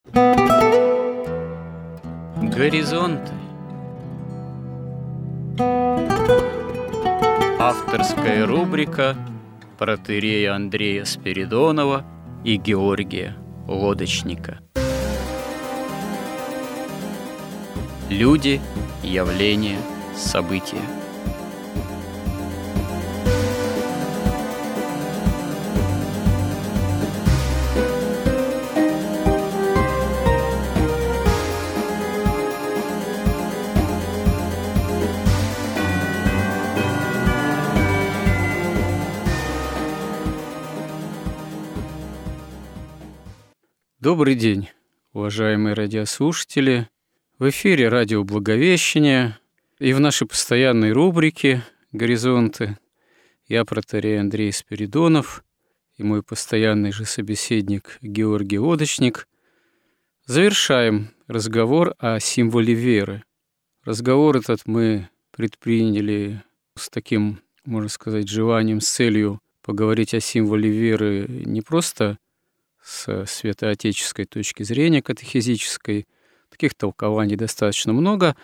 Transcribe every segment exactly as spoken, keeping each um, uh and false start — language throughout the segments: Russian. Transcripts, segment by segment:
Горизонты. Авторская рубрика протоиерея Андрея Спиридонова и Георгия Лодочника. Люди, явления, события. Добрый день, уважаемые радиослушатели. В эфире радио Благовещение и в нашей постоянной рубрике «Горизонты» я, протоиерей Андрей Спиридонов, и мой постоянный же собеседник Георгий Лодочник завершаем разговор о символе веры. Разговор этот мы предприняли с таким, можно сказать, желанием, с целью поговорить о символе веры не просто с святоотеческой точки зрения, катехизической, таких толкований достаточно много,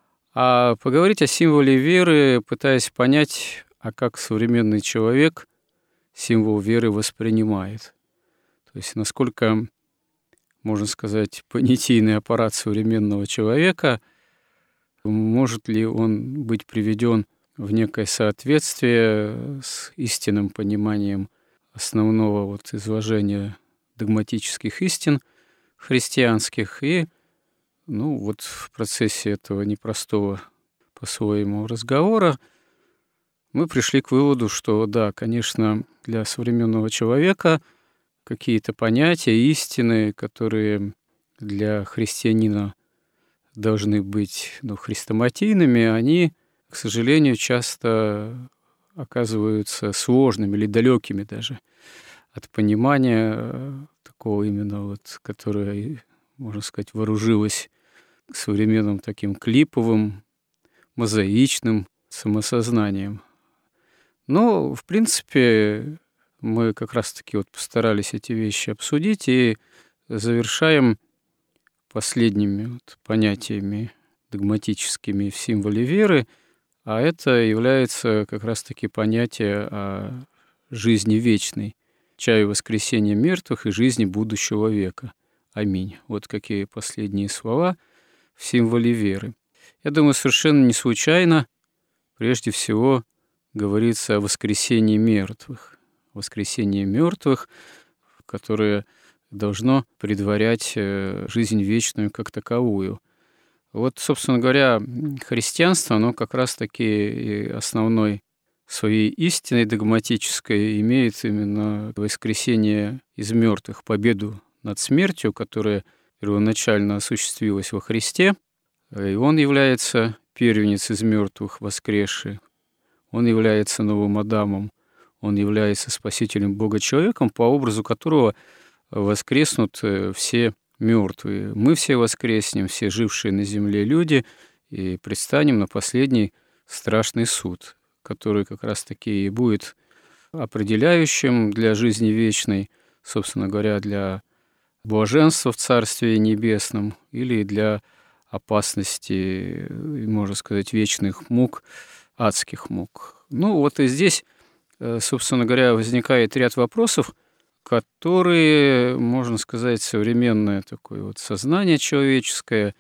а поговорить о символе веры, пытаясь понять, а как современный человек символ веры воспринимает. То есть насколько, можно сказать, понятийный аппарат современного человека, может ли он быть приведен в некое соответствие с истинным пониманием основного вот изложения догматических истин христианских. И ну, вот в процессе этого непростого по-своему разговора мы пришли к выводу, что да, конечно, для современного человека какие-то понятия, истины, которые для христианина должны быть ну, хрестоматийными, они, к сожалению, часто оказываются сложными или далекими даже от понимания такого именно вот, которое, можно сказать, вооружилось современным таким клиповым, мозаичным самосознанием. Но, в принципе, мы как раз-таки вот постарались эти вещи обсудить и завершаем последними вот понятиями догматическими в символе веры, а это является как раз-таки понятие о жизни вечной, чаю воскресения мертвых и жизни будущего века. Аминь. Вот какие последние слова в символе веры. Я думаю, совершенно не случайно прежде всего говорится о воскресении мертвых. Воскресение мертвых, которое должно предварять жизнь вечную как таковую. Вот, собственно говоря, христианство, оно как раз-таки основной своей истиной догматической имеет именно воскресение из мертвых, победу над смертью, которая первоначально осуществилась во Христе. И Он является первенец из мертвых воскресший. Он является новым Адамом. Он является спасителем Бога-человеком, по образу которого воскреснут все мертвые. Мы все воскреснем, все жившие на земле люди, и предстанем на последний страшный суд, который как раз-таки и будет определяющим для жизни вечной, собственно говоря, для блаженства в Царстве Небесном или для опасности, можно сказать, вечных мук, адских мук. Ну вот и здесь, собственно говоря, возникает ряд вопросов, которые, можно сказать, современное такое вот сознание человеческое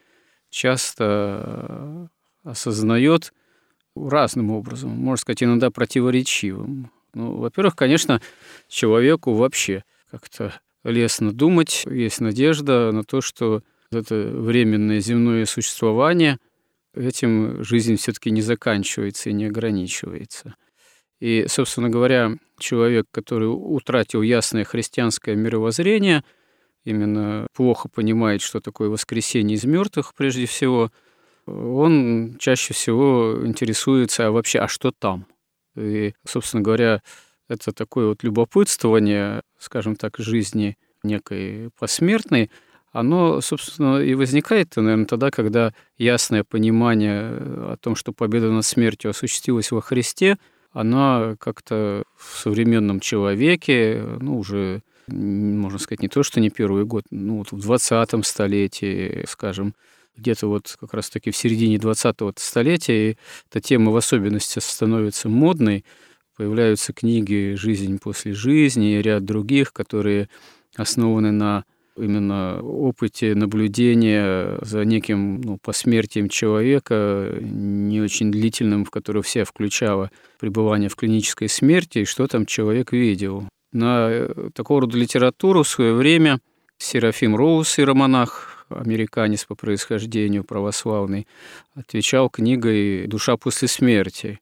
часто осознает разным образом, можно сказать, иногда противоречивым. Ну, во-первых, конечно, человеку вообще как-то лестно думать, есть надежда на то, что это временное земное существование, этим жизнь все-таки не заканчивается и не ограничивается. И, собственно говоря, человек, который утратил ясное христианское мировоззрение, именно плохо понимает, что такое воскресение из мертвых прежде всего, он чаще всего интересуется, а вообще, а что там? И, собственно говоря, это такое вот любопытствование, скажем так, жизни некой посмертной, оно, собственно, и возникает, наверное, тогда, когда ясное понимание о том, что победа над смертью осуществилась во Христе, она как-то в современном человеке, ну, уже можно сказать, не то, что не первый год, ну, вот в двадцатом столетии, скажем, где-то вот как раз-таки в середине двадцатого столетия эта тема в особенности становится модной. Появляются книги «Жизнь после жизни» и ряд других, которые основаны на именно опыте наблюдения за неким ну, посмертием человека, не очень длительным, в которое вся включало пребывание в клинической смерти, и что там человек видел. На такого рода литературу в свое время Серафим Роуз, иеромонах, американец по происхождению, православный, отвечал книгой «Душа после смерти»,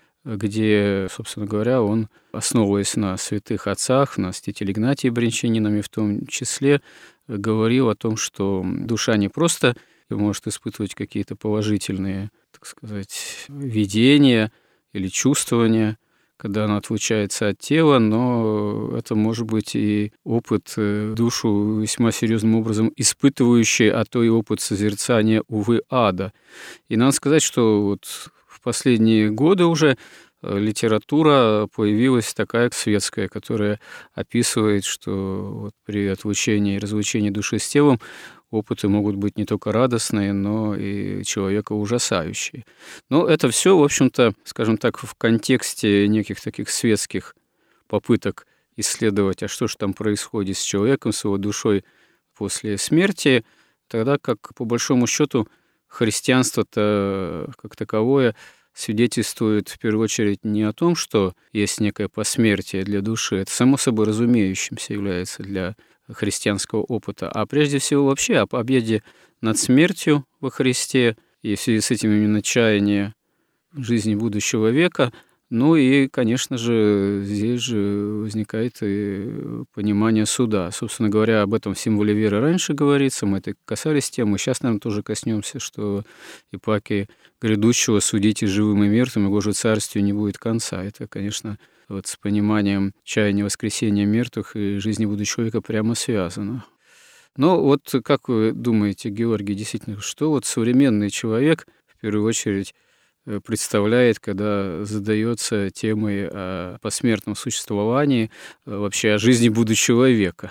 где, собственно говоря, он, основываясь на святых отцах, на святителе Игнатии Брянчанинове в том числе, говорил о том, что душа не просто может испытывать какие-то положительные, так сказать, видения или чувствования, когда она отлучается от тела, но это может быть и опыт, душу весьма серьезным образом испытывающий, а то и опыт созерцания, увы, ада. И надо сказать, что вот в последние годы уже литература появилась такая светская, которая описывает, что вот при отлучении и разлучении души с телом опыты могут быть не только радостные, но и человека ужасающие. Но это все, в общем-то, скажем так, в контексте неких таких светских попыток исследовать, а что же там происходит с человеком, с его душой после смерти, тогда как, по большому счету, христианство-то как таковое свидетельствует в первую очередь не о том, что есть некое посмертие для души, это само собой разумеющимся является для христианского опыта, а прежде всего вообще о победе над смертью во Христе и в связи с этим именно чаяние жизни будущего века. Ну и, конечно же, здесь же возникает и понимание суда. Собственно говоря, об этом в символе веры раньше говорится, мы это касались темы, сейчас, наверное, тоже коснемся, что эпохи грядущего судите живым и мертвым, его же царствию не будет конца. Это, конечно, вот с пониманием чаяния воскресения мертвых и жизни будущего человека прямо связано. Но вот как вы думаете, Георгий, действительно, что вот современный человек, в первую очередь, представляет, когда задается темой о посмертном существовании, вообще о жизни будущего века?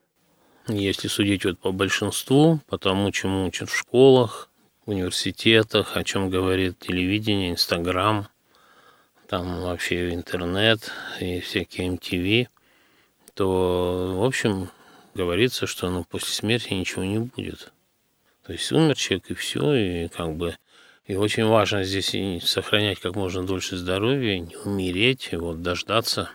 Если судить вот по большинству, по тому, чему учат в школах, в университетах, о чем говорит телевидение, Инстаграм, там вообще интернет и всякие эм ти ви, то, в общем, говорится, что ну, после смерти ничего не будет. То есть умер человек и все, и как бы и очень важно здесь сохранять как можно дольше здоровья, не умереть, и вот дождаться.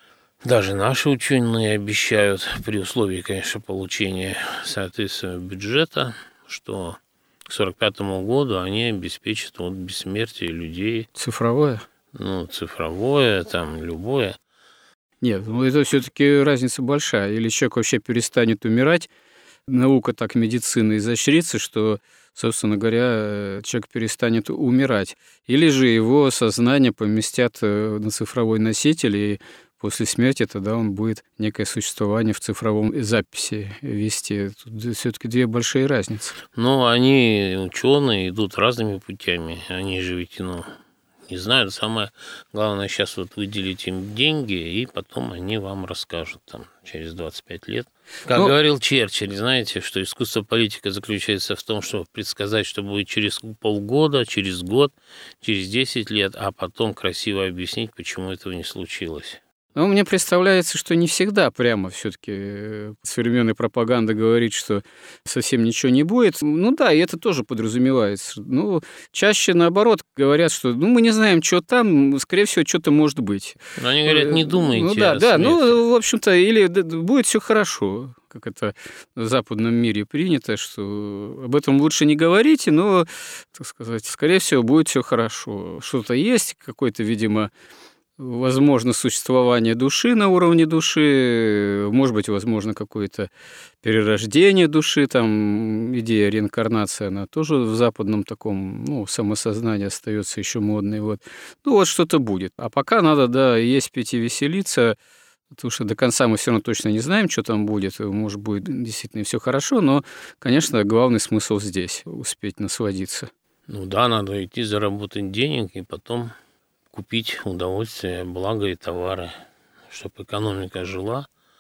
Даже наши ученые обещают, при условии, конечно, получения соответствующего бюджета, что к сорок пятому году они обеспечат вот бессмертие людей. Цифровое? Ну, цифровое, там, любое. Нет, ну это все-таки разница большая. Или человек вообще перестанет умирать, наука так, медицина изощрится, что, собственно говоря, человек перестанет умирать. Или же его сознание поместят на цифровой носитель, и после смерти тогда он будет некое существование в цифровом записи вести. Тут все-таки две большие разницы. Но они, ученые, идут разными путями. Они же ведь, ну, не знают. Самое главное сейчас вот выделить им деньги, и потом они вам расскажут там через двадцать пять лет. Как ну, говорил Черчилль, знаете, что искусство политика заключается в том, чтобы предсказать, что будет через полгода, через год, через десять лет, а потом красиво объяснить, почему этого не случилось. Ну, мне представляется, что не всегда прямо все-таки современная пропаганда говорит, что совсем ничего не будет. Ну да, и это тоже подразумевается. Ну, чаще наоборот говорят, что ну, мы не знаем, что там, скорее всего, что-то может быть. Но они говорят, не думайте. Ну да, да, ну, в общем-то, или будет все хорошо, как это в западном мире принято, что об этом лучше не говорите, но, так сказать, скорее всего, будет все хорошо. Что-то есть, какой-то, видимо, возможно существование души на уровне души, может быть, возможно, какое-то перерождение души, там идея реинкарнации, она тоже в западном таком, ну, самосознании остается еще модной. Вот. Ну, вот что-то будет. А пока надо, да, есть, пить и веселиться, потому что до конца мы все равно точно не знаем, что там будет. Может, будет действительно все хорошо, но, конечно, главный смысл здесь — успеть насладиться. Ну да, надо идти заработать денег и потом купить удовольствие, благо и товары, чтобы экономика жила,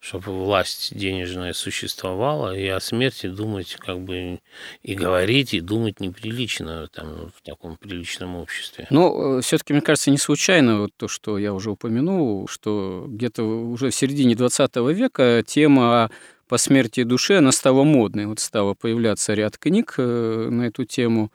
чтобы власть денежная существовала, и о смерти думать как бы и говорить, и думать неприлично там, в таком приличном обществе. Но все-таки, мне кажется, не случайно вот то, что я уже упомянул, что где-то уже в середине двадцатого века тема о посмертии души, она стала модной. Вот стало появляться ряд книг на эту тему.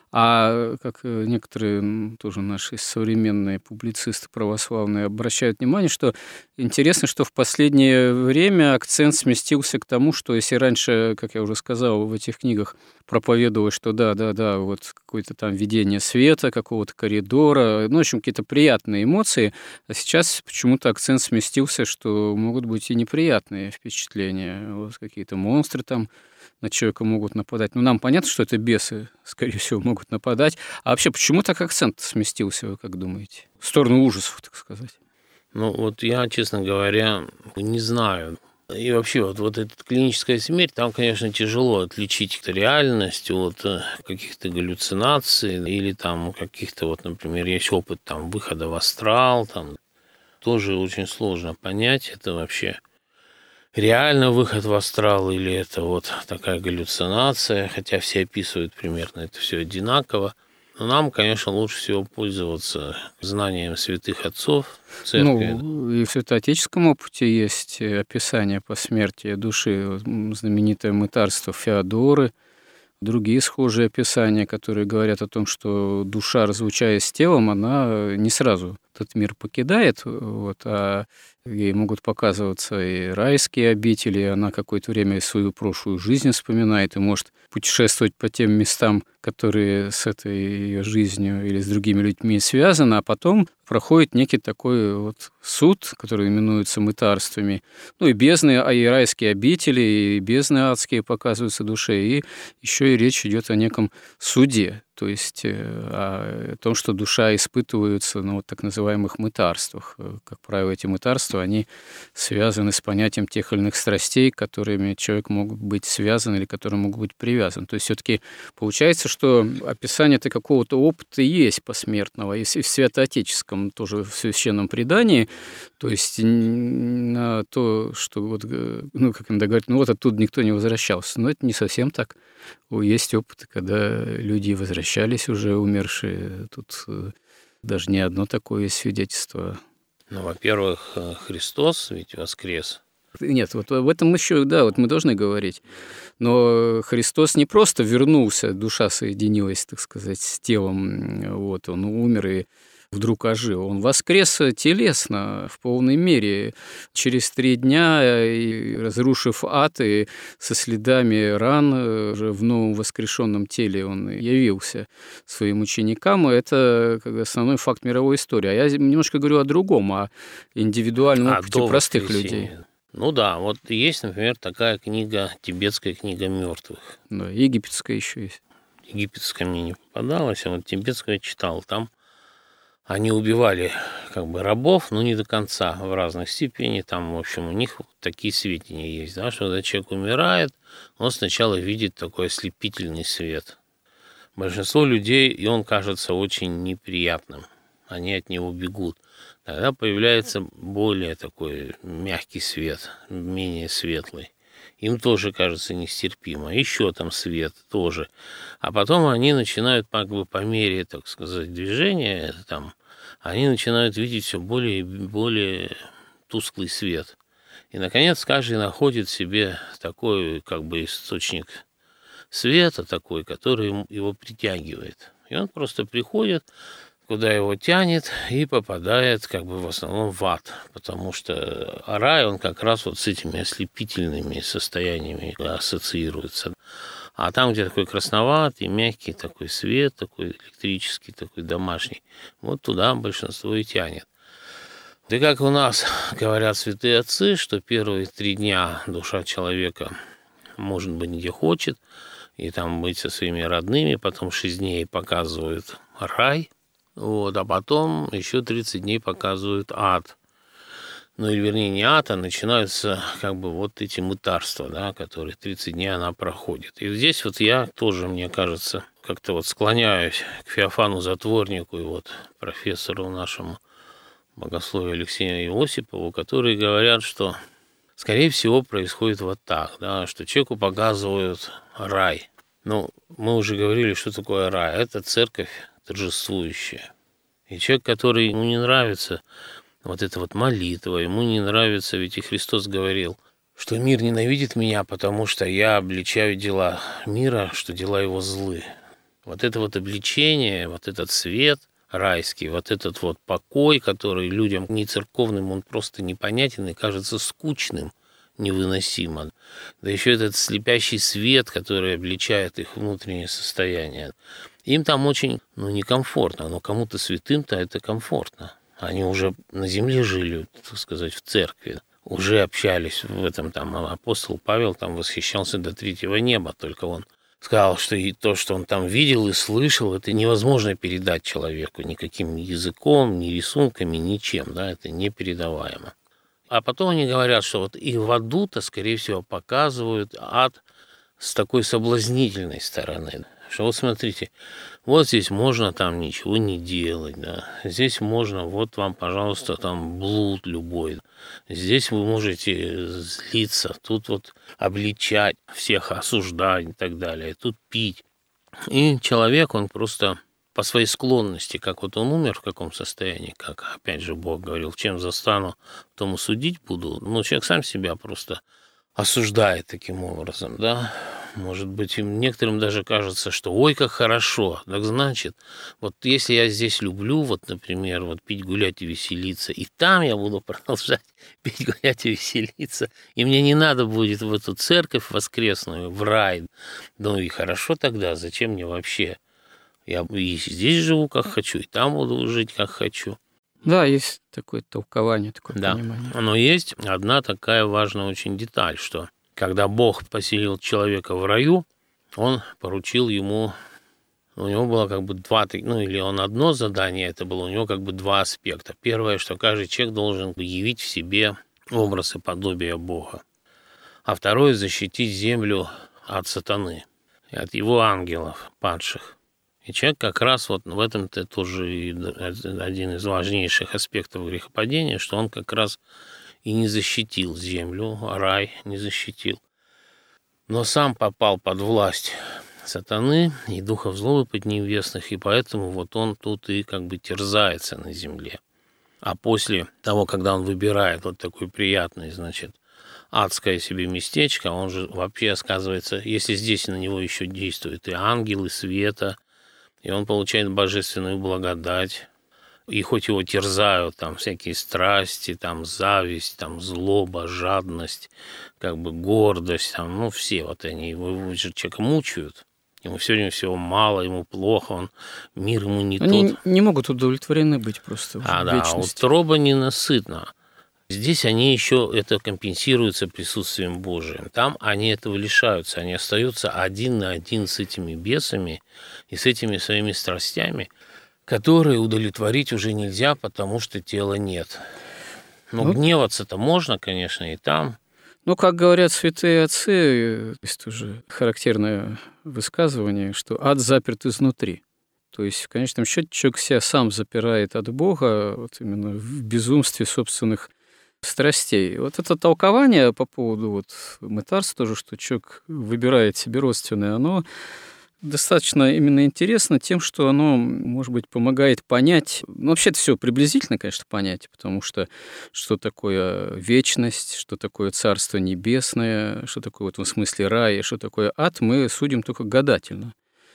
А как некоторые тоже наши современные публицисты православные обращают внимание, что интересно, что в последнее время акцент сместился к тому, что если раньше, как я уже сказал, в этих книгах проповедовалось, что да-да-да, вот какое-то там видение света, какого-то коридора, ну, в общем, какие-то приятные эмоции, а сейчас почему-то акцент сместился, что могут быть и неприятные впечатления, вот какие-то монстры там на человека могут нападать. Ну, нам понятно, что это бесы, скорее всего, могут нападать. А вообще, почему так акцент сместился, вы как думаете? В сторону ужасов, так сказать. Ну, вот я, честно говоря, не знаю. И вообще, вот, вот эта клиническая смерть, там, конечно, тяжело отличить реальность от каких-то галлюцинаций или там каких-то, вот, например, есть опыт там выхода в астрал, там тоже очень сложно понять, это вообще реально выход в астрал или это вот такая галлюцинация, хотя все описывают примерно это все одинаково. Но нам, конечно, лучше всего пользоваться знанием святых отцов церкви. Ну, и в святоотеческом опыте есть описание посмертия души, знаменитое мытарство Феодоры, другие схожие описания, которые говорят о том, что душа, разлучаясь с телом, она не сразу этот мир покидает, вот, а ей могут показываться и райские обители, и она какое-то время свою прошлую жизнь вспоминает и может путешествовать по тем местам, которые с этой ее жизнью или с другими людьми связаны, а потом проходит некий такой вот суд, который именуется мытарствами. Ну и бездны, а и райские обители, и бездны адские показываются душе, и еще и речь идет о неком суде, то есть о том, что душа испытывается на вот так называемых мытарствах. Как правило, эти мытарства, они связаны с понятием тех или иных страстей, которыми человек мог быть связан или которые могут быть привязан. То есть все-таки получается, что описание-то какого-то опыта есть посмертного, и в святоотеческом, тоже в священном предании, то есть на то, что вот, ну, как иногда говорят, ну вот оттуда никто не возвращался. Но это не совсем так. Есть опыты, когда люди возвращались уже умершие. Тут даже не одно такое свидетельство. Ну, во-первых, Христос ведь воскрес. Нет, вот об этом еще, да, вот мы должны говорить. Но Христос не просто вернулся, душа соединилась, так сказать, с телом, вот, он умер и вдруг ожил. Он воскрес телесно в полной мере. Через три дня, разрушив ад и со следами ран, уже в новом воскрешенном теле он явился своим ученикам. И это как бы основной факт мировой истории. А я немножко говорю о другом, о индивидуальном а, опыте простых людей. Ну да, вот есть, например, такая книга, тибетская книга мертвых. Да, египетская еще есть. Египетская мне не попадалась, а вот тибетская читал. Там они убивали как бы рабов, но не до конца, в разных степенях. Там, в общем, у них такие сведения есть, да, что когда человек умирает, он сначала видит такой ослепительный свет. Большинство людей, и он кажется очень неприятным. Они от него бегут. Тогда появляется более такой мягкий свет, менее светлый. Им тоже кажется нестерпимо. Еще там свет тоже. А потом они начинают, как бы по мере, так сказать, движения, там, они начинают видеть все более и более тусклый свет. И, наконец, каждый находит себе такой, как бы, источник света такой, который его притягивает. И он просто приходит, куда его тянет, и попадает как бы в основном в ад, потому что рай, он как раз вот с этими ослепительными состояниями ассоциируется. А там, где такой красноватый, мягкий такой свет, такой электрический, такой домашний, вот туда большинство и тянет. Да как у нас говорят святые отцы, что первые три дня душа человека может быть где хочет, и там быть со своими родными, потом шесть дней показывают рай, вот, а потом еще тридцать дней показывают ад. Ну, или, вернее, не ад, а начинаются как бы вот эти мытарства, да, которые тридцать дней она проходит. И здесь вот я тоже, мне кажется, как-то вот склоняюсь к Феофану Затворнику и вот профессору нашему богословию Алексею Иосипову, которые говорят, что Скорее всего, происходит вот так, да, что человеку показывают рай. Ну, мы уже говорили, что такое рай. Это церковь торжествующая. И человек, который ему не нравится вот эта вот молитва, ему не нравится, ведь и Христос говорил, что мир ненавидит меня, потому что я обличаю дела мира, что дела его злы. Вот это вот обличение, вот этот свет райский, вот этот вот покой, который людям не церковным, он просто непонятен и кажется скучным, невыносимо. Да еще этот слепящий свет, который обличает их внутреннее состояние. Им там очень, ну, некомфортно, но кому-то святым-то это комфортно. Они уже на земле жили, так сказать, в церкви, уже общались в этом, там, апостол Павел там восхищался до третьего неба, только он сказал, что и то, что он там видел и слышал, это невозможно передать человеку никаким языком, ни рисунками, ничем, да, это непередаваемо. А потом они говорят, что вот и в аду-то, скорее всего, показывают ад с такой соблазнительной стороны. Что вот смотрите, вот здесь можно там ничего не делать, да. Здесь можно, вот вам, пожалуйста, там блуд любой. Здесь вы можете злиться, тут вот обличать, всех осуждать и так далее, тут пить. И человек, он просто по своей склонности, как вот он умер в каком состоянии, как, опять же, Бог говорил, чем застану, тому судить буду. Но человек сам себя просто осуждает таким образом, да. Может быть, им некоторым даже кажется, что ой, как хорошо. Так значит, вот если я здесь люблю, вот, например, вот пить, гулять и веселиться, и там я буду продолжать пить, гулять и веселиться, и мне не надо будет в эту церковь воскресную, в рай. Ну и хорошо тогда, зачем мне вообще? Я и здесь живу, как хочу, и там буду жить, как хочу. Да, есть такое толкование, такое да. понимание. Но есть одна такая важная очень деталь, что когда Бог поселил человека в раю, он поручил ему, у него было как бы два, ну или он одно задание, это было у него как бы два аспекта. Первое, что каждый человек должен явить в себе образ и подобие Бога. А второе, защитить землю от сатаны, от его ангелов падших. И человек как раз вот в этом-то тоже один из важнейших аспектов грехопадения, что он как раз и не защитил землю, рай не защитил. Но сам попал под власть сатаны и духов злобы поднебесных, и поэтому вот он тут и как бы терзается на земле. А после того, когда он выбирает вот такое приятное, значит, адское себе местечко, он же вообще, оказывается, если здесь на него еще действуют и ангелы света, и он получает божественную благодать, и хоть его терзают там всякие страсти, там зависть, там злоба, жадность, как бы гордость, там, ну, все вот они, его, его же человека мучают. Ему все время всего мало, ему плохо, он, мир ему не Они тот. не могут удовлетворены быть просто а, в да, вечности. утроба ненасытна. Здесь они еще это компенсируются присутствием Божиим. Там они этого лишаются, они остаются один на один с этими бесами и с этими своими страстями, которые удовлетворить уже нельзя, потому что тела нет. Но ну, гневаться-то можно, конечно, и там. Ну, как говорят святые отцы, есть тоже характерное высказывание, что ад заперт изнутри. То есть, в конечном счете, человек себя сам запирает от Бога вот именно в безумстве собственных страстей. Вот это толкование по поводу вот мытарства тоже, что человек выбирает себе родственное, оно достаточно именно интересно тем, что оно, может быть, помогает понять, ну, вообще это все приблизительно, конечно, понять, потому что что такое вечность, что такое Царство Небесное, что такое в этом смысле рай, что такое ад, мы судим только гадательно.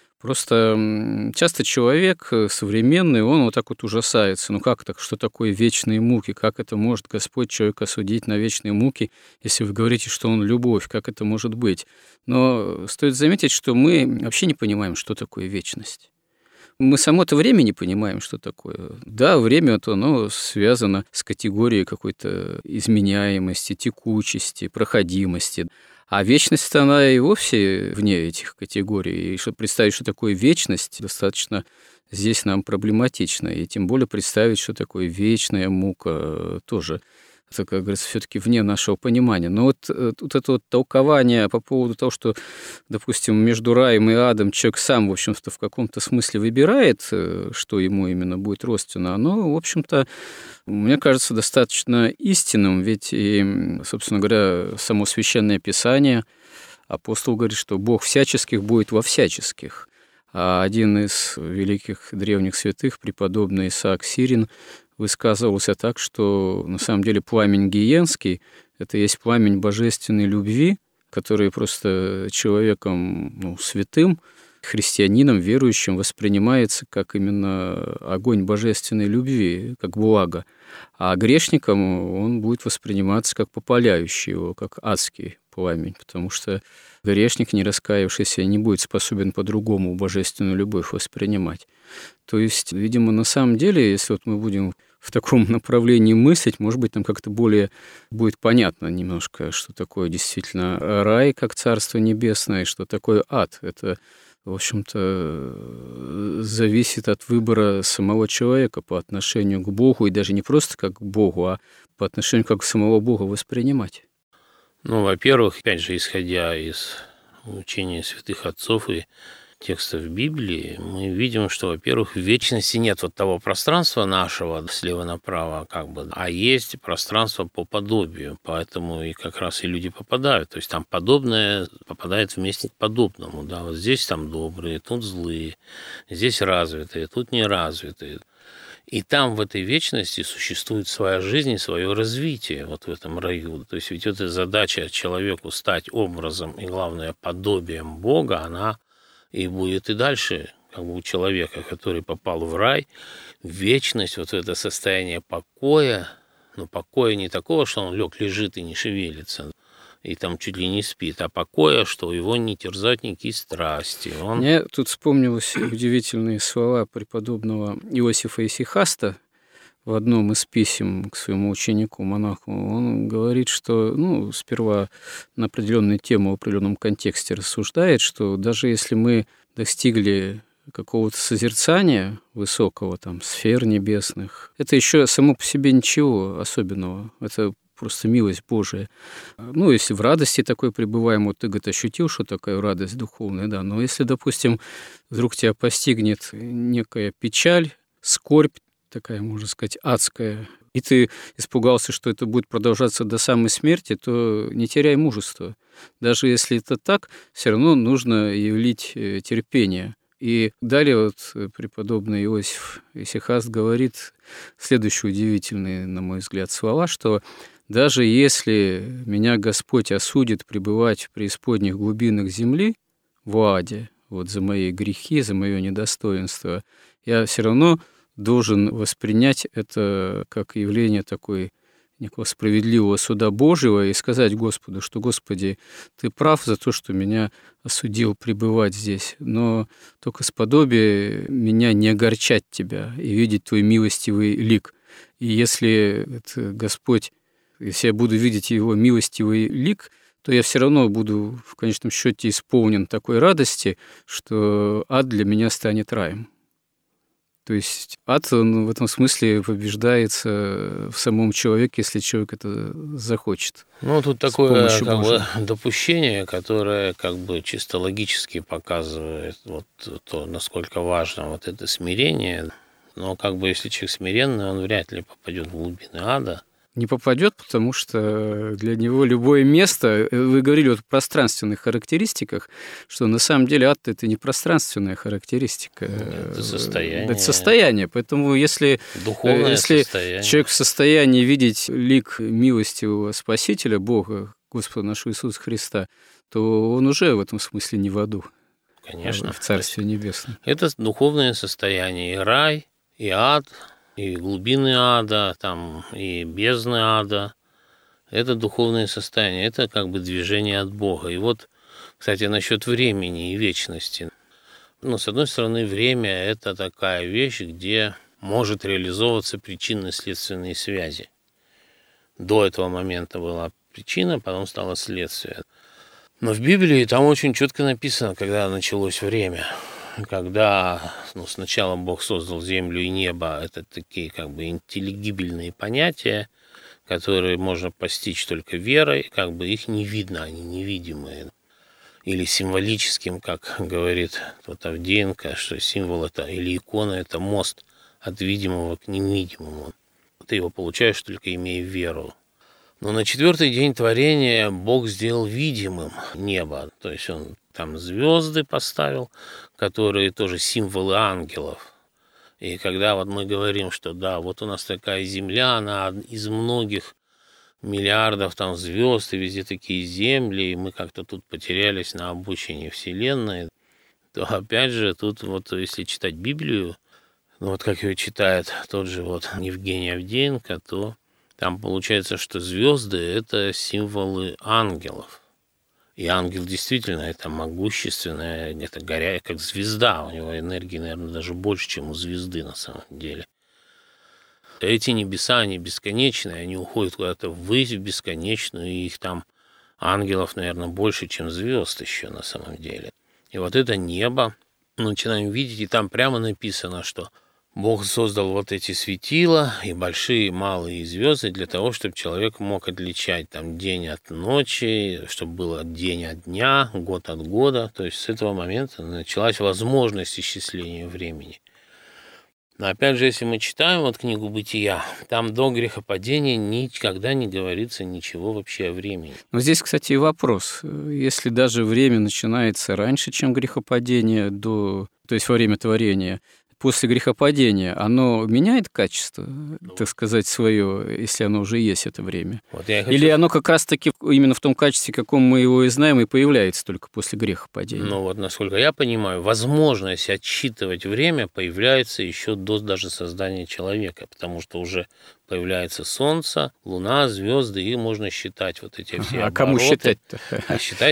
Просто часто человек современный, он вот так вот ужасается. Ну как так, что такое вечные муки? Как это может Господь человека осудить на вечные муки, если вы говорите, что он любовь? Как это может быть? Но стоит заметить, что мы вообще не понимаем, что такое вечность. Мы само это время не понимаем, что такое. Да, время это, оно связано с категорией какой-то изменяемости, текучести, проходимости. А вечность, она и вовсе вне этих категорий. И чтобы представить, что такое вечность, достаточно здесь нам проблематично. И тем более представить, что такое вечная мука, тоже это, как говорится, все-таки вне нашего понимания. Но вот, вот это вот толкование по поводу того, что, допустим, между раем и адом человек сам, в общем-то, в каком-то смысле выбирает, что ему именно будет родственно, оно, в общем-то, мне кажется, достаточно истинным, ведь и, собственно говоря, само Священное Писание, апостол говорит, что Бог всяческих будет во всяческих. А один из великих древних святых, преподобный Исаак Сирин, высказывался так, что на самом деле пламень гиенский – это есть пламень божественной любви, который просто человеком, ну, святым, христианином, верующим воспринимается как именно огонь божественной любви, как благо. А грешником он будет восприниматься как попаляющий его, как адский пламень, потому что грешник, не раскаявшийся, не будет способен по-другому божественную любовь воспринимать. То есть, видимо, на самом деле, если вот мы будем в таком направлении мыслить, может быть, нам как-то более будет понятно немножко, что такое действительно рай, как Царство Небесное, и что такое ад. Это, в общем-то, зависит от выбора самого человека по отношению к Богу, и даже не просто как к Богу, а по отношению как самого Бога воспринимать. Ну, во-первых, опять же, исходя из учения святых отцов и текстов Библии, мы видим, что, во-первых, в вечности нет вот того пространства нашего слева направо, как бы, а есть пространство по подобию, поэтому и как раз и люди попадают. То есть там подобное попадает вместе к подобному. Да? Вот здесь там добрые, тут злые, здесь развитые, тут неразвитые. И там в этой вечности существует своя жизнь и свое развитие вот в этом раю. То есть ведь эта задача человеку стать образом и, главное, подобием Бога, она и будет и дальше, как бы у человека, который попал в рай, вечность, вот в это состояние покоя, но покоя не такого, что он лег, лежит и не шевелится, и там чуть ли не спит, а покоя, что его не терзают никакие страсти. Он... Мне тут вспомнились удивительные слова преподобного Иосифа Исихаста в одном из писем к своему ученику, монаху. Он говорит, что, ну, сперва на определенную тему, в определенном контексте рассуждает, что даже если мы достигли какого-то созерцания высокого, там, сфер небесных, это еще само по себе ничего особенного. Это просто милость Божия. Ну, если в радости такой пребываем, вот ты, говорит, ощутил, что такая радость духовная, да, но если, допустим, вдруг тебя постигнет некая печаль, скорбь, такая, можно сказать, адская, и ты испугался, что это будет продолжаться до самой смерти, то не теряй мужества. Даже если это так, все равно нужно явить терпение. И далее вот преподобный Иосиф Исихаст говорит следующие удивительные, на мой взгляд, слова, что даже если меня Господь осудит пребывать в преисподних глубинах земли, в аде, вот за мои грехи, за мое недостоинство, я все равно должен воспринять это как явление такой некого справедливого суда Божьего и сказать Господу, что, Господи, Ты прав за то, что меня осудил пребывать здесь, но только сподоби меня не огорчать Тебя и видеть Твой милостивый лик. И если это Господь, если я буду видеть Его милостивый лик, то я все равно буду в конечном счете исполнен такой радости, что ад для меня станет раем. То есть ад, он в этом смысле побеждается в самом человеке, если человек это захочет. Ну, тут такое как бы допущение, которое как бы чисто логически показывает вот то, насколько важно вот это смирение. Но как бы если человек смиренный, он вряд ли попадет в глубины ада. Не попадет, потому что для него любое место, вы говорили вот о пространственных характеристиках, что на самом деле ад – это не пространственная характеристика. Это состояние. Это состояние. Поэтому если, если человек в состоянии видеть лик милостивого Спасителя, Бога, Господа нашего Иисуса Христа, то он уже в этом смысле не в аду. Конечно. В Царстве Небесном. Это духовное состояние. И рай, и ад – и глубины ада, там, и бездны ада. Это духовное состояние, это как бы движение от Бога. И вот, кстати, насчет времени и вечности. Ну, с одной стороны, время – это такая вещь, где может реализовываться причинно-следственные связи. До этого момента была причина, потом стало следствие. Но в Библии там очень четко написано, когда началось время. Когда ну, сначала Бог создал землю и небо, это такие как бы интеллигибельные понятия, которые можно постичь только верой, как бы их не видно, они невидимые. Или символическим, как говорит вот Авдеенко, что символ это или икона это мост от видимого к невидимому. Ты его получаешь только имея веру. Но на четвертый день творения Бог сделал видимым небо, то есть он там звезды поставил, которые тоже символы ангелов. И когда вот мы говорим, что да, вот у нас такая земля, она из многих миллиардов там звезд, и везде такие земли, и мы как-то тут потерялись на обучении Вселенной, то опять же тут вот если читать Библию, ну вот как ее читает тот же вот Евгений Авдеенко, то там получается, что звезды это символы ангелов. И ангел действительно это могущественное, это горя, как звезда, у него энергии, наверное, даже больше, чем у звезды на самом деле. Эти небеса, они бесконечные, они уходят куда-то ввысь, в бесконечную, и их там ангелов, наверное, больше, чем звезд еще на самом деле. И вот это небо мы начинаем видеть, и там прямо написано, что Бог создал вот эти светила и большие, и малые звезды для того, чтобы человек мог отличать там день от ночи, чтобы было день от дня, год от года. То есть с этого момента началась возможность исчисления времени. Но опять же, если мы читаем вот книгу «Бытия», там до грехопадения никогда не говорится ничего вообще о времени. Но здесь, кстати, и вопрос. Если даже время начинается раньше, чем грехопадение, до, то есть во время творения, после грехопадения, оно меняет качество, ну, так сказать, свое, если оно уже есть это время? Вот я хочу... Или оно как раз-таки именно в том качестве, каком мы его и знаем, и появляется только после грехопадения? Ну вот, насколько я понимаю, возможность отсчитывать время появляется еще до даже создания человека, потому что уже появляется Солнце, Луна, звезды, и можно считать вот эти все а обороты. Кому считать-то? А считать?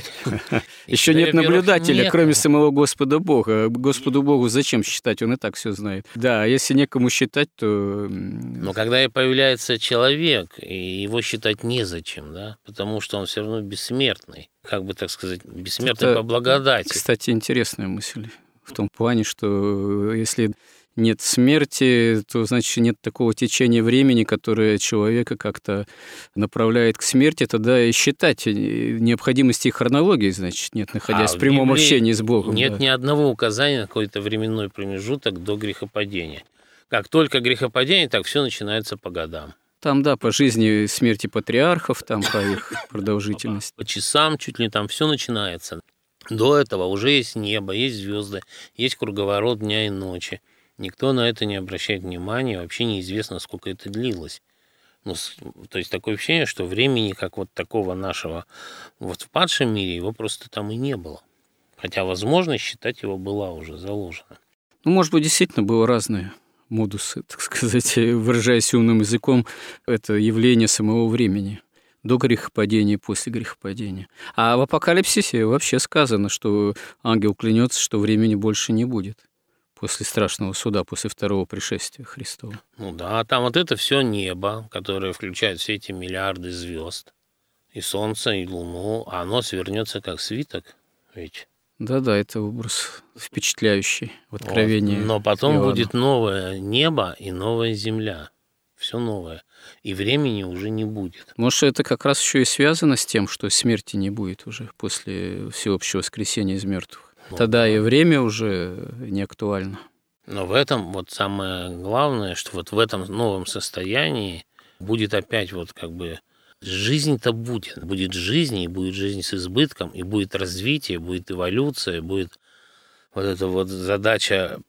Еще нет наблюдателя, кроме самого Господа Бога. Господу Богу зачем считать? Он и так все знает. Да, а если некому считать, то... Но когда и появляется человек, и его считать незачем, да, потому что он все равно бессмертный. Как бы, так сказать, бессмертный Это, по благодати. Кстати, интересная мысль в том плане, что если нет смерти, то, значит, нет такого течения времени, которое человека как-то направляет к смерти, тогда и считать необходимости хронологии, значит, нет, находясь а в прямом в общении с Богом. Нет да. ни одного указания на какой-то временной промежуток до грехопадения. Как только грехопадение, так все начинается по годам. Там, да, по жизни смерти патриархов, там по их продолжительности. По часам чуть ли там все начинается. До этого уже есть небо, есть звезды, есть круговорот дня и ночи. Никто на это не обращает внимания, вообще неизвестно, сколько это длилось. Ну, то есть такое ощущение, что времени, как вот такого нашего, вот в падшем мире, его просто там и не было. Хотя возможность считать его была уже заложена. Ну, может быть, действительно было разное модусы, так сказать, выражаясь умным языком, это явление самого времени. До грехопадения и после грехопадения. А в Апокалипсисе вообще сказано, что ангел клянется, что времени больше не будет. После страшного суда, после второго пришествия Христова. Ну да, там вот это все небо, которое включает все эти миллиарды звезд, и Солнце, и Луну, а оно свернется как свиток, ведь. Да-да, это образ впечатляющий в Откровении. Вот. Но потом Иоанна. будет новое небо и новая земля. Все новое. И времени уже не будет. Может, это как раз еще и связано с тем, что смерти не будет уже после всеобщего воскресения из мертвых. Тогда и время уже не актуально. Но в этом вот самое главное, что вот в этом новом состоянии будет опять вот как бы жизнь-то будет. Будет жизнь, и будет жизнь с избытком, и будет развитие, будет эволюция, будет вот эта вот задача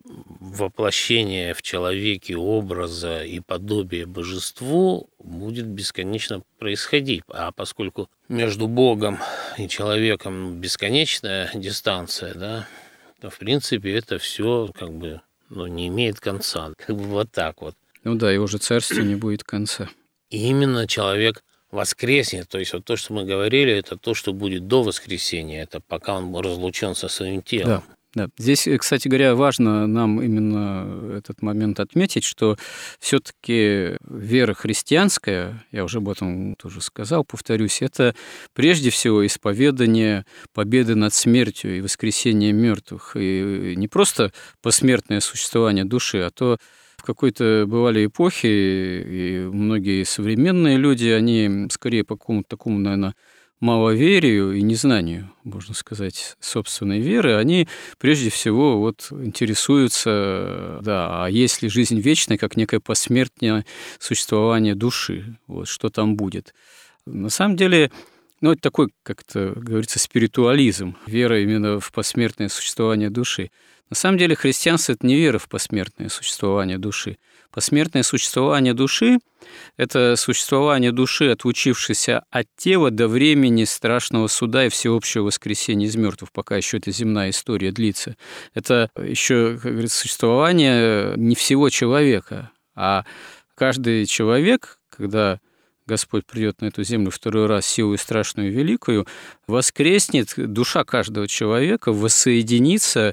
воплощения в человеке образа и подобия божеству будет бесконечно происходить. А поскольку между Богом и человеком бесконечная дистанция, да, то, в принципе, это все как бы ну, не имеет конца. Как бы вот так вот. Ну да, его же царствию не будет конца. И именно человек воскреснет. То есть вот то, что мы говорили, это то, что будет до воскресения. Это пока он разлучен со своим телом. Да. Да. Здесь, кстати говоря, важно нам именно этот момент отметить, что все-таки вера христианская, я уже об этом тоже сказал, повторюсь, это прежде всего исповедание победы над смертью и воскресения мертвых. И не просто посмертное существование души, а то В какой-то бывали эпохи, и многие современные люди, они скорее по какому-то такому, наверное, маловерию и незнанию, можно сказать, собственной веры, они прежде всего вот интересуются, да, а есть ли жизнь вечная, как некое посмертное существование души, вот, что там будет. На самом деле, ну, это такой, как-то говорится, спиритуализм, вера именно в посмертное существование души. На самом деле христианство – это не вера в посмертное существование души. Посмертное существование души – это существование души, отлучившейся от тела до времени страшного суда и всеобщего воскресения из мертвых, пока еще эта земная история длится. Это еще, как говорится, существование не всего человека, а каждый человек, когда Господь придет на эту землю второй раз силою страшную и великую, воскреснет, душа каждого человека воссоединится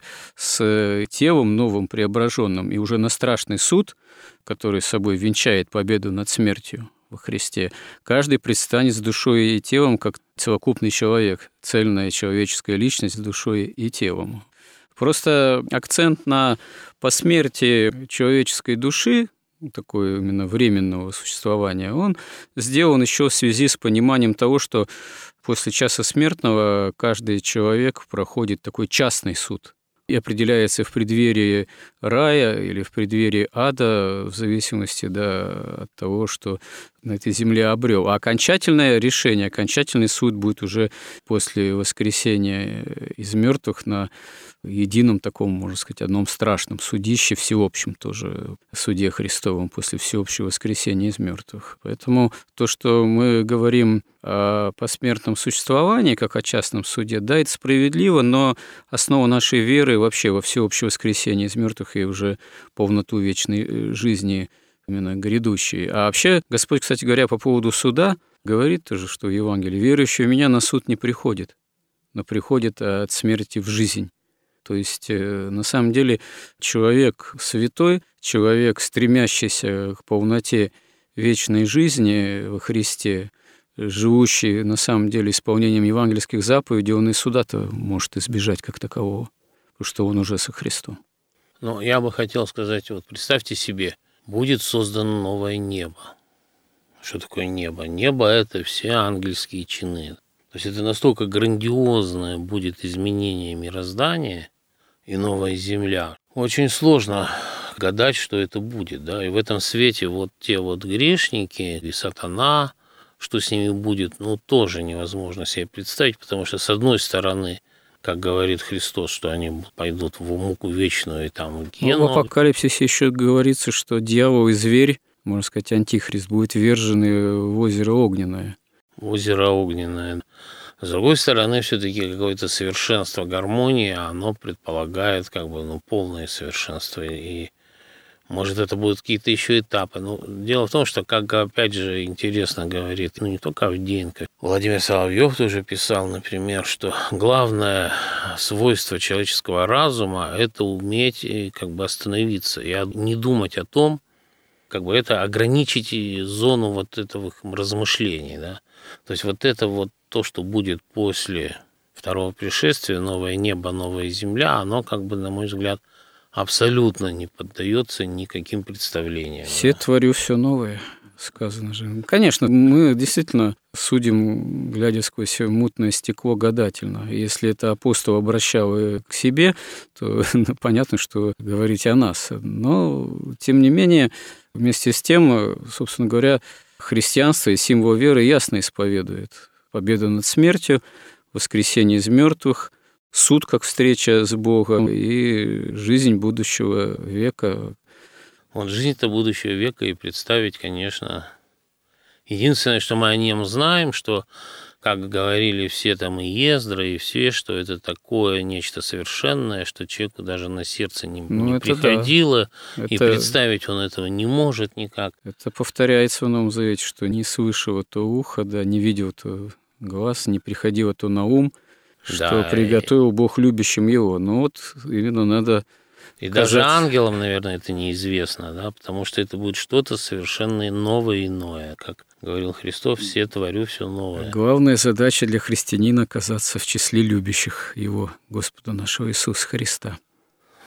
с телом новым, преображенным, и уже на страшный суд, который собой венчает победу над смертью во Христе, каждый предстанет с душой и телом как целокупный человек, цельная человеческая личность с душой и телом. Просто акцент на посмертии человеческой души, такое именно временного существования, он сделан еще в связи с пониманием того, что после часа смертного каждый человек проходит такой частный суд и определяется в преддверии рая или в преддверии ада, в зависимости, да, от того, что на этой земле обрел. А окончательное решение, окончательный суд будет уже после воскресения из мертвых на едином таком, можно сказать, одном страшном судище, всеобщем тоже суде Христовом после всеобщего воскресения из мертвых. Поэтому то, что мы говорим о посмертном существовании, как о частном суде, да, это справедливо, но основа нашей веры вообще во всеобщее воскресение из мертвых и уже полноту вечной жизни именно грядущей. А вообще, Господь, кстати говоря, по поводу суда, говорит тоже, что в Евангелии: «Верующий в Меня на суд не приходит, но приходит от смерти в жизнь». То есть, на самом деле, человек святой, человек, стремящийся к полноте вечной жизни во Христе, живущий, на самом деле, исполнением евангельских заповедей, он и суда-то может избежать как такового, потому что он уже со Христом. Ну, я бы хотел сказать, вот представьте себе, будет создано новое небо. Что такое небо? Небо – это все ангельские чины. То есть это настолько грандиозное будет изменение мироздания и новая земля. Очень сложно гадать, что это будет, да, и в этом свете вот те вот грешники и сатана, что с ними будет, ну, тоже невозможно себе представить, потому что, с одной стороны, как говорит Христос, что они пойдут в муку вечную и там в гену. Ну, в Апокалипсисе еще говорится, что дьявол и зверь, можно сказать, антихрист, будут ввержены в озеро Огненное. Озеро Огненное. С другой стороны, все-таки какое-то совершенство гармонии, оно предполагает как бы, ну, полное совершенство. И, может, это будут какие-то еще этапы. Но дело в том, что, как опять же интересно говорит, ну, не только Авдеенко, Владимир Соловьев тоже писал, например, что главное свойство человеческого разума – это уметь как бы остановиться и не думать о том, как бы это ограничить зону вот этого размышлений, да. То есть вот это вот то, что будет после второго пришествия, новое небо, новая земля, оно, как бы, на мой взгляд, абсолютно не поддается никаким представлениям. «Все да? Творю все новое», сказано же. Конечно, мы действительно судим, глядя сквозь мутное стекло, гадательно. Если это апостол обращал к себе, то понятно, что говорить о нас. Но, тем не менее, вместе с тем, собственно говоря, христианство и символ веры ясно исповедует победу над смертью, воскресение из мертвых, суд как встреча с Богом и жизнь будущего века. Вот жизнь-то будущего века и представить, конечно. Единственное, что мы о нем знаем, что, как говорили все там и Ездра, и все, что это такое нечто совершенное, что человеку даже на сердце не, ну, не приходило, да. И это... представить он этого не может никак. Это повторяется в Новом Завете, что не слышало то ухо, да, не видел то глаз, не приходило то на ум, что да, приготовил и... Бог любящим его. Но вот именно надо... И казать... даже ангелам, наверное, это неизвестно, да, потому что это будет что-то совершенно новое и иное. Как говорил Христос, все творю все новое. Главная задача для христианина – оказаться в числе любящих его, Господа нашего Иисуса Христа.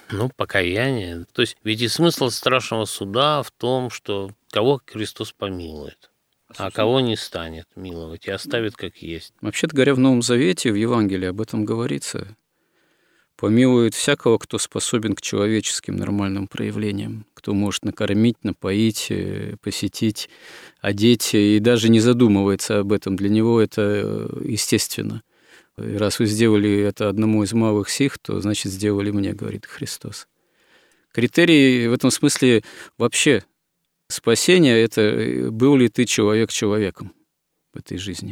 Ну, покаяние. То есть ведь и смысл страшного суда в том, что кого Христос помилует, а кого не станет миловать и оставит как есть. Вообще-то говоря, в Новом Завете, в Евангелии об этом говорится. Помилует всякого, кто способен к человеческим нормальным проявлениям, кто может накормить, напоить, посетить, одеть, и даже не задумывается об этом. Для него это естественно. И раз вы сделали это одному из малых сих, то, значит, сделали мне, говорит Христос. Критерий в этом смысле вообще спасения – это был ли ты человек человеком в этой жизни.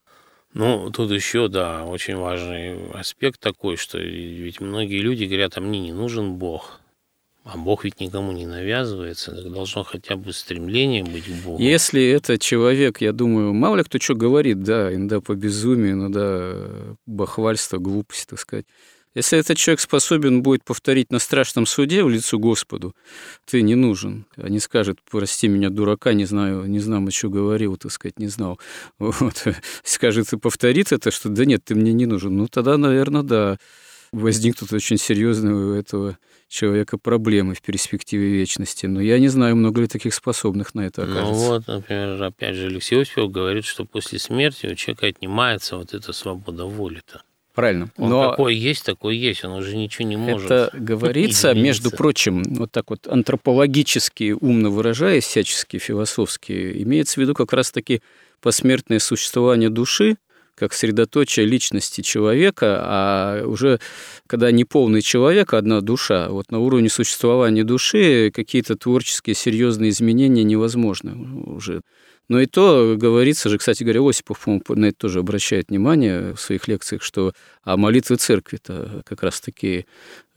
Ну, тут еще, да, очень важный аспект такой, что ведь многие люди говорят, а мне не нужен Бог. А Бог ведь никому не навязывается, так должно хотя бы стремление быть к Богу. Если это человек, я думаю, мало ли кто что говорит, да, иногда по безумию, иногда бахвальство, глупость, так сказать. Если этот человек способен будет повторить на страшном суде в лицо Господу, ты не нужен. А не скажет, прости меня, дурака, не знаю, не знаю, что говорил, так сказать, не знал. Вот. Скажет и повторит это, что да нет, ты мне не нужен. Ну, тогда, наверное, да, возникнут очень серьезные у этого человека проблемы в перспективе вечности. Но я не знаю, много ли таких способных на это окажется. Ну вот, например, опять же, Алексей Осипов говорит, что после смерти у человека отнимается вот эта свобода воли-то. Правильно. Он Но какой есть, такой есть, он уже ничего не может. Это говорится, измениться. Между прочим, вот так вот антропологически, умно выражаясь, всячески философски, имеется в виду как раз-таки посмертное существование души, как средоточие личности человека, а уже когда не полный человек, а одна душа, вот на уровне существования души какие-то творческие серьезные изменения невозможны уже. Но и то говорится же, кстати говоря, Осипов, по-моему, на это тоже обращает внимание в своих лекциях, что а молитвы церкви-то как раз-таки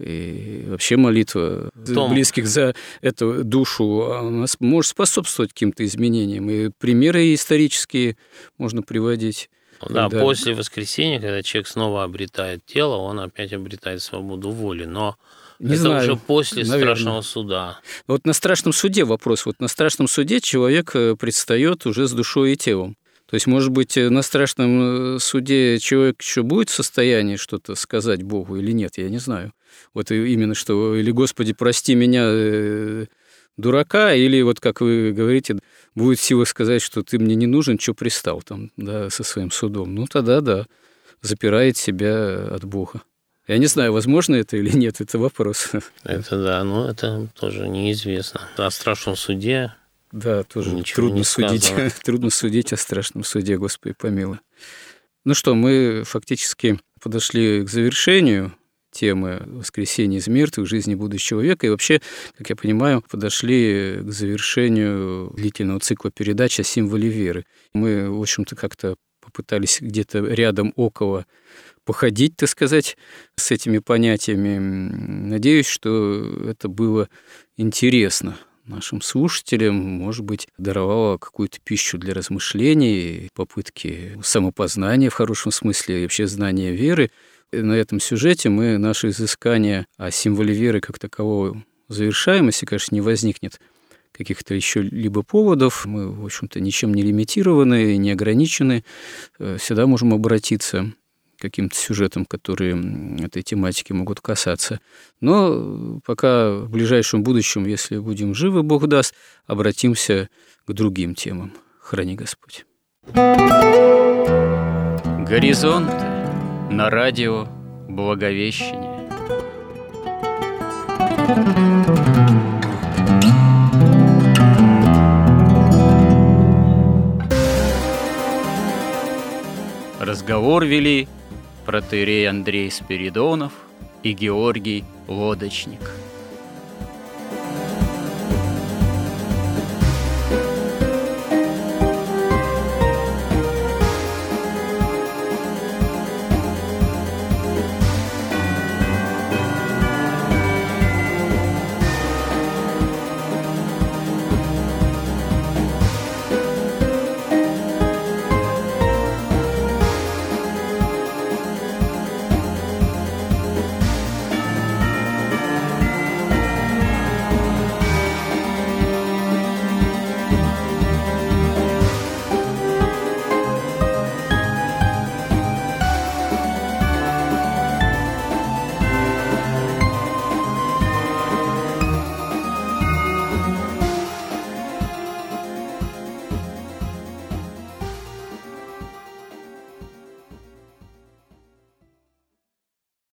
и вообще молитва Том. близких за эту душу она может способствовать каким-то изменениям. И примеры исторические можно приводить. Да, когда... после воскресения, когда человек снова обретает тело, он опять обретает свободу воли, но Не это знаю, уже после наверное. страшного суда. Вот на страшном суде вопрос. Вот на страшном суде человек предстает уже с душой и телом. То есть, может быть, на страшном суде человек еще будет в состоянии что-то сказать Богу или нет, я не знаю. Вот именно что, или «Господи, прости меня, дурака», или вот, как вы говорите, будет сила сказать, что ты мне не нужен, что пристал там, да, со своим судом. Ну, тогда да, запирает себя от Бога. Я не знаю, возможно это или нет, это вопрос. Это да, но это тоже неизвестно. О страшном суде да, тоже трудно судить, трудно судить о страшном суде, Господи помилуй. Ну что, мы фактически подошли к завершению темы воскресения из мертвых, жизни будущего века, и вообще, как я понимаю, подошли к завершению длительного цикла передач о символе веры. Мы, в общем-то, как-то попытались где-то рядом, около походить, так сказать, с этими понятиями. Надеюсь, что это было интересно нашим слушателям, может быть, даровало какую-то пищу для размышлений, попытки самопознания в хорошем смысле, и вообще знания веры. И на этом сюжете мы наши изыскания о символе веры как такового завершаем, если, конечно, не возникнет каких-то еще либо поводов. Мы, в общем-то, ничем не лимитированы, не ограничены. Всегда можем обратиться к каким-то сюжетам, которые этой тематики могут касаться. Но пока в ближайшем будущем, если будем живы, Бог даст, обратимся к другим темам. Храни Господь. Горизонт на радио Благовещение. Разговор вели протоиерей Андрей Спиридонов и Георгий Лодочник.